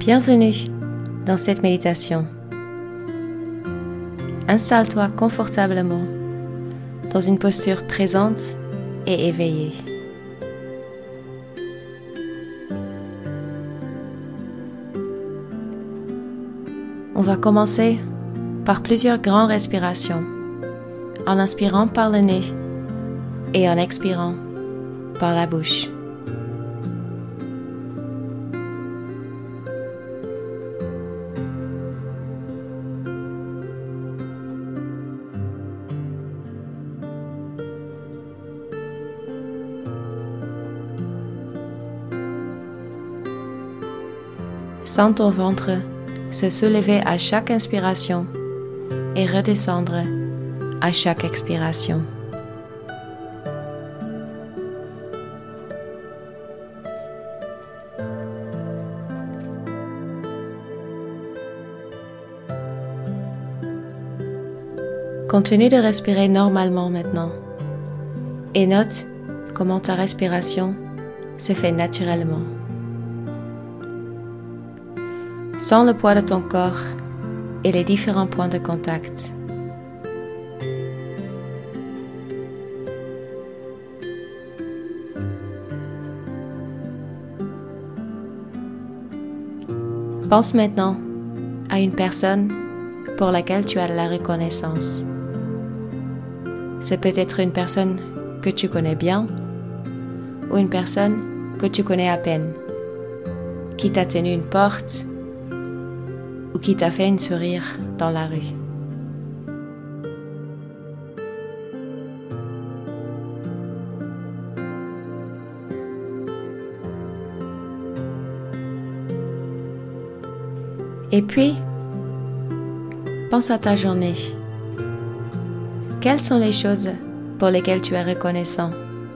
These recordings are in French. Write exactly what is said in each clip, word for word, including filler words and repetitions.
Bienvenue dans cette méditation. Installe-toi confortablement dans une posture présente et éveillée. On va commencer par plusieurs grandes respirations, en inspirant par le nez et en expirant par la bouche. Sens ton ventre se soulever à chaque inspiration et redescendre à chaque expiration. Continue de respirer normalement maintenant et note comment ta respiration se fait naturellement. Sens le poids de ton corps et les différents points de contact. Pense maintenant à une personne pour laquelle tu as de la reconnaissance. C'est peut-être une personne que tu connais bien ou une personne que tu connais à peine, qui t'a tenu une porte ou qui t'a fait une sourire dans la rue. Et puis, pense à ta journée. Quelles sont les choses pour lesquelles tu es reconnaissant?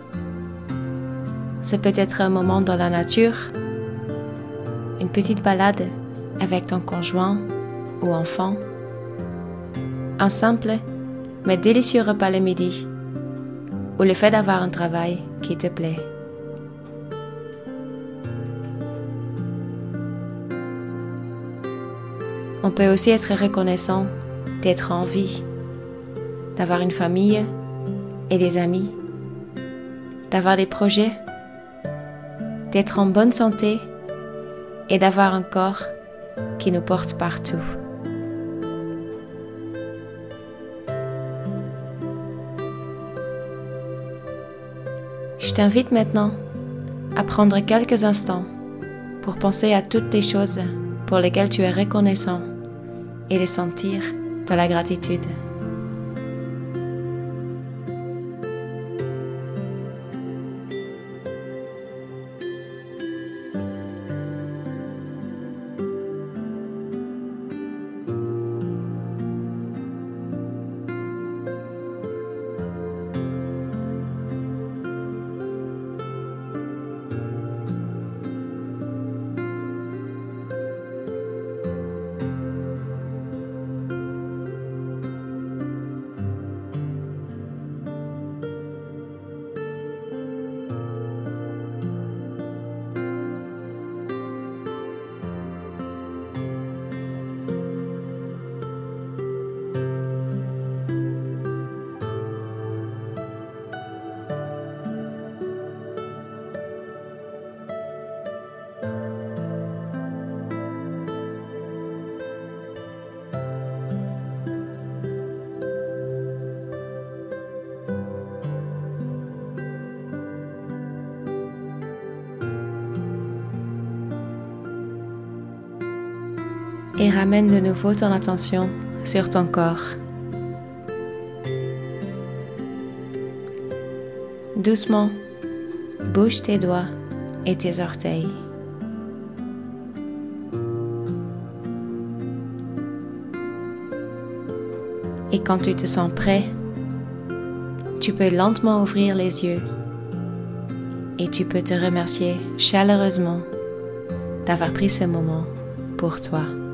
C'est peut-être un moment dans la nature, une petite balade avec ton conjoint ou enfant, un simple mais délicieux repas le midi, ou le fait d'avoir un travail qui te plaît. On peut aussi être reconnaissant d'être en vie, d'avoir une famille et des amis, d'avoir des projets, d'être en bonne santé et d'avoir un corps qui nous porte partout. Je t'invite maintenant à prendre quelques instants pour penser à toutes les choses pour lesquelles tu es reconnaissant et de sentir de la gratitude. Et ramène de nouveau ton attention sur ton corps. Doucement, bouge tes doigts et tes orteils. Et quand tu te sens prêt, tu peux lentement ouvrir les yeux et tu peux te remercier chaleureusement d'avoir pris ce moment pour toi.